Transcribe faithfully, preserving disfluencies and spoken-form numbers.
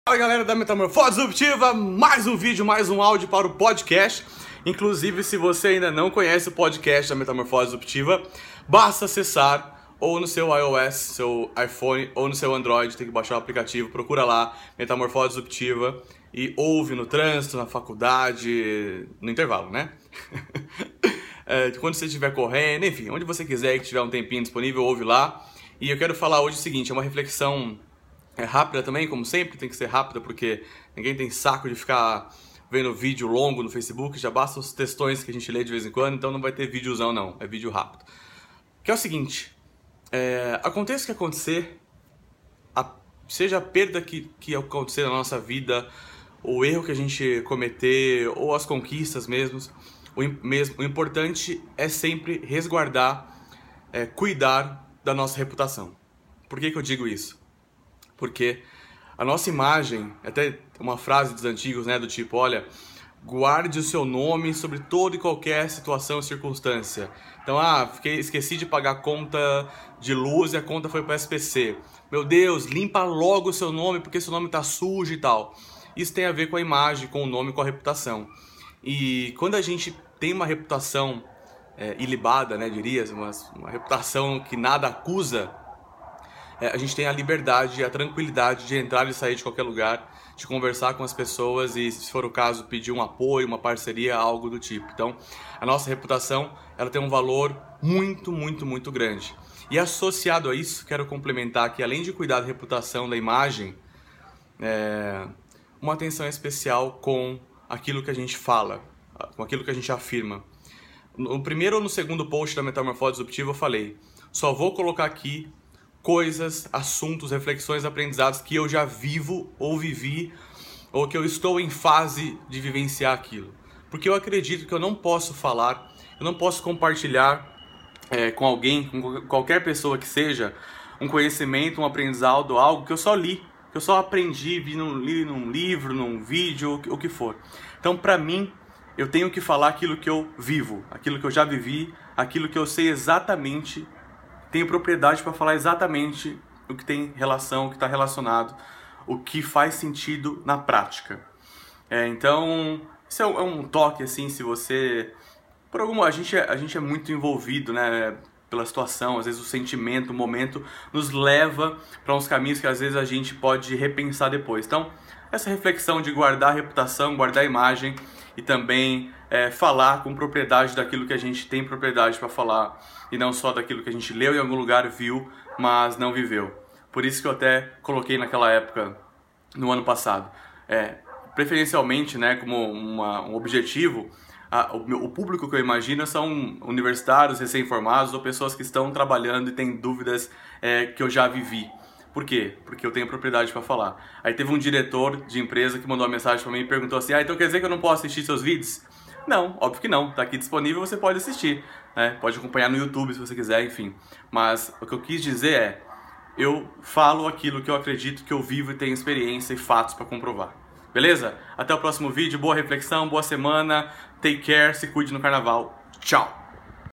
Fala galera da Metamorfose Disruptiva, mais um vídeo, mais um áudio para o podcast. Inclusive, se você ainda não conhece o podcast da Metamorfose Disruptiva, basta acessar ou no seu iOS, seu iPhone ou no seu Android, tem que baixar o aplicativo, procura lá, Metamorfose Disruptiva, e ouve no trânsito, na faculdade, no intervalo, né? é, quando você estiver correndo, enfim, onde você quiser e tiver um tempinho disponível, ouve lá. E eu quero falar hoje o seguinte, é uma reflexão é rápida também, como sempre, tem que ser rápida porque ninguém tem saco de ficar vendo vídeo longo no Facebook, já basta os textões que a gente lê de vez em quando, então não vai ter videozão não, é vídeo rápido. Que é o seguinte, é, aconteça o que acontecer, a, seja a perda que, que acontecer na nossa vida, o erro que a gente cometer, ou as conquistas mesmo, o, mesmo, o importante é sempre resguardar, é, cuidar da nossa reputação. Por que que eu digo isso? Porque a nossa imagem, até uma frase dos antigos, né, do tipo, olha, guarde o seu nome sobre toda e qualquer situação e circunstância. Então, ah, fiquei, esqueci de pagar a conta de luz e a conta foi para o S P C. Meu Deus, limpa logo o seu nome porque seu nome está sujo e tal. Isso tem a ver com a imagem, com o nome, com a reputação. E quando a gente tem uma reputação é, ilibada, né, diria, uma, uma reputação que nada acusa, É, a gente tem a liberdade e a tranquilidade de entrar e sair de qualquer lugar, de conversar com as pessoas e, se for o caso, pedir um apoio, uma parceria, algo do tipo. Então, a nossa reputação, ela tem um valor muito, muito, muito grande. E associado a isso, quero complementar que, além de cuidar da reputação, da imagem, é, uma atenção especial com aquilo que a gente fala, com aquilo que a gente afirma. No primeiro ou no segundo post da Metamorfose Disruptiva eu falei, só vou colocar aqui coisas, assuntos, reflexões, aprendizados que eu já vivo ou vivi ou que eu estou em fase de vivenciar aquilo. Porque eu acredito que eu não posso falar, eu não posso compartilhar é, com alguém, com qualquer pessoa que seja, um conhecimento, um aprendizado, algo que eu só li, que eu só aprendi, vi num, li num livro, num vídeo, o que for. Então, para mim, eu tenho que falar aquilo que eu vivo, aquilo que eu já vivi, aquilo que eu sei exatamente, tenho propriedade para falar exatamente o que tem relação, o que está relacionado, o que faz sentido na prática. É, então, isso é um, é um toque, assim, se você... Por alguma, a gente, é, a gente é muito envolvido, né, pela situação, às vezes o sentimento, o momento, nos leva para uns caminhos que às vezes a gente pode repensar depois. Então, essa reflexão de guardar a reputação, guardar a imagem e também é, falar com propriedade daquilo que a gente tem propriedade para falar e não só daquilo que a gente leu em algum lugar, viu, mas não viveu. Por isso que eu até coloquei naquela época, no ano passado, é, preferencialmente, né, como uma, um objetivo, a, o, o público que eu imagino são universitários, recém-formados ou pessoas que estão trabalhando e têm dúvidas é, que eu já vivi. Por quê? Porque eu tenho propriedade para falar. Aí teve um diretor de empresa que mandou uma mensagem para mim e perguntou assim, ah, então quer dizer que eu não posso assistir seus vídeos? Não, óbvio que não. Tá aqui disponível, você pode assistir, né? Pode acompanhar no YouTube se você quiser, enfim. Mas o que eu quis dizer é, eu falo aquilo que eu acredito, que eu vivo e tenho experiência e fatos para comprovar. Beleza? Até o próximo vídeo, boa reflexão, boa semana, take care, se cuide no carnaval. Tchau!